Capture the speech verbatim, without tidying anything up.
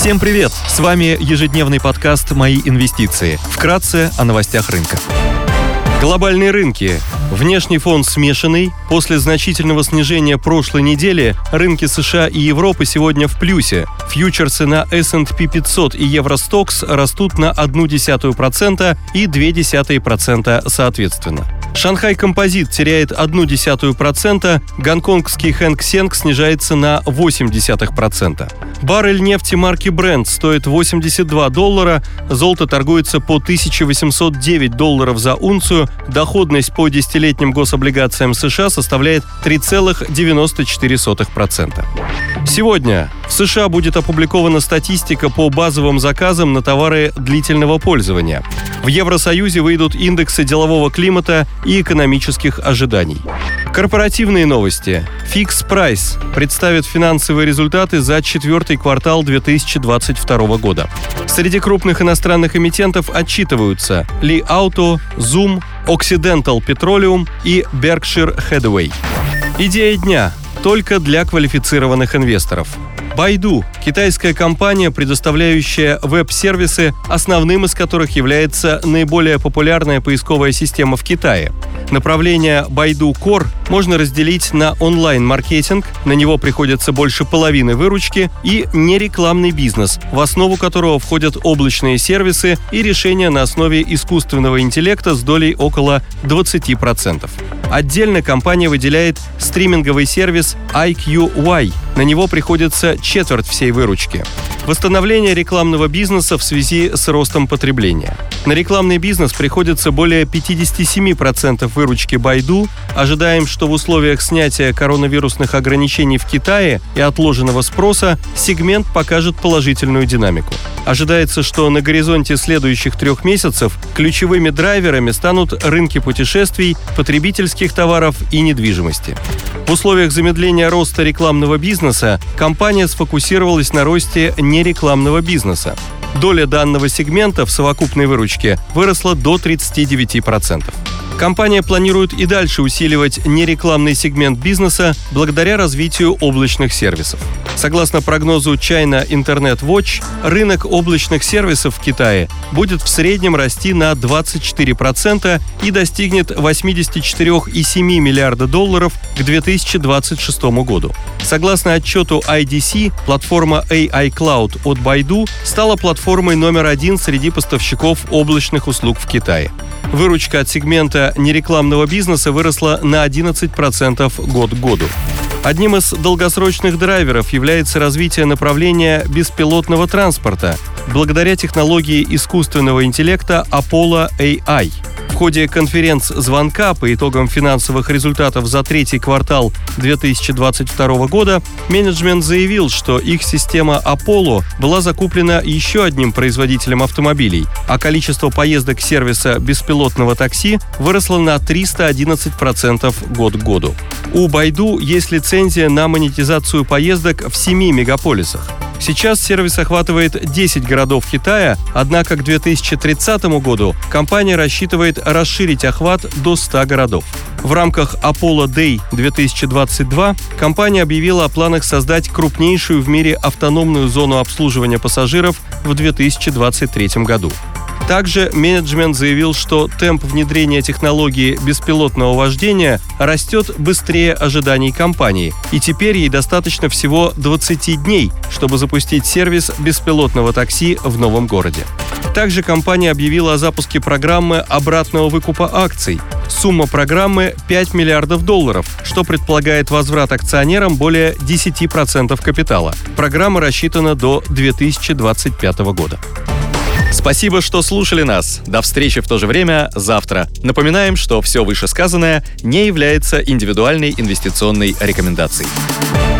Всем привет! С вами ежедневный подкаст «Мои инвестиции». Вкратце о новостях рынка. Глобальные рынки. Внешний фон смешанный. После значительного снижения прошлой недели рынки США и Европы сегодня в плюсе. Фьючерсы на эс энд пи пятьсот и Евростокс растут на ноль целых одна десятая процента и ноль целых две десятых процента соответственно. Шанхай Композит теряет ноль целых одна десятая процента, гонконгский Хэнк Сенг снижается на восемь десятых процента. Баррель нефти марки Brent стоит восемьдесят два доллара, золото торгуется по тысяча восемьсот девять долларов за унцию, доходность по десятилетним гособлигациям США составляет три целых девяносто четыре сотых процента. Сегодня в США будет опубликована статистика по базовым заказам на товары длительного пользования. В Евросоюзе выйдут индексы делового климата и экономических ожиданий. Корпоративные новости. Fix Price представит финансовые результаты за четвертый квартал две тысячи двадцать второго года. Среди крупных иностранных эмитентов отчитываются Li Auto, Zoom, Occidental Petroleum и Berkshire Hathaway. Идея дня. Только для квалифицированных инвесторов. Baidu – китайская компания, предоставляющая веб-сервисы, основным из которых является наиболее популярная поисковая система в Китае. Направление Baidu Core можно разделить на онлайн-маркетинг, на него приходится больше половины выручки, и нерекламный бизнес, в основу которого входят облачные сервисы и решения на основе искусственного интеллекта с долей около двадцать процентов. Отдельно компания выделяет стриминговый сервис ай кью уай. На него приходится четверть всей выручки. Восстановление рекламного бизнеса в связи с ростом потребления. На рекламный бизнес приходится более пятьдесят семь процентов выручки Baidu. Ожидаем, что в условиях снятия коронавирусных ограничений в Китае и отложенного спроса сегмент покажет положительную динамику. Ожидается, что на горизонте следующих трех месяцев ключевыми драйверами станут рынки путешествий, потребительских товаров и недвижимости. В условиях замедления роста рекламного бизнеса компания сфокусировалась на росте нерекламного бизнеса. Доля данного сегмента в совокупной выручке выросла до тридцати девяти процентов. Компания планирует и дальше усиливать нерекламный сегмент бизнеса благодаря развитию облачных сервисов. Согласно прогнозу China Internet Watch, рынок облачных сервисов в Китае будет в среднем расти на двадцать четыре процента и достигнет восемьдесят четыре целых семь десятых миллиарда долларов к две тысячи двадцать шестому году. Согласно отчету ай ди си, платформа эй ай Cloud от Baidu стала платформой номер один среди поставщиков облачных услуг в Китае. Выручка от сегмента нерекламного бизнеса выросла на одиннадцать процентов год к году. Одним из долгосрочных драйверов является развитие направления беспилотного транспорта благодаря технологии искусственного интеллекта Apollo эй ай. В ходе конференц-звонка по итогам финансовых результатов за третий квартал две тысячи двадцать второго года менеджмент заявил, что их система Apollo была закуплена еще одним производителем автомобилей, а количество поездок сервиса беспилотного такси выросло на триста одиннадцать процентов год к году. У Baidu есть лицензия на монетизацию поездок в семи мегаполисах. Сейчас сервис охватывает десять городов Китая, однако к две тысячи тридцатому году компания рассчитывает расширить охват до ста городов. В рамках Apollo Day две тысячи двадцать два компания объявила о планах создать крупнейшую в мире автономную зону обслуживания пассажиров в две тысячи двадцать третьем году. Также менеджмент заявил, что темп внедрения технологии беспилотного вождения растет быстрее ожиданий компании, и теперь ей достаточно всего двадцати дней, чтобы запустить сервис беспилотного такси в новом городе. Также компания объявила о запуске программы обратного выкупа акций. Сумма программы – пять миллиардов долларов, что предполагает возврат акционерам более десяти процентов капитала. Программа рассчитана до две тысячи двадцать пятого года. Спасибо, что слушали нас. До встречи в то же время завтра. Напоминаем, что все вышесказанное не является индивидуальной инвестиционной рекомендацией.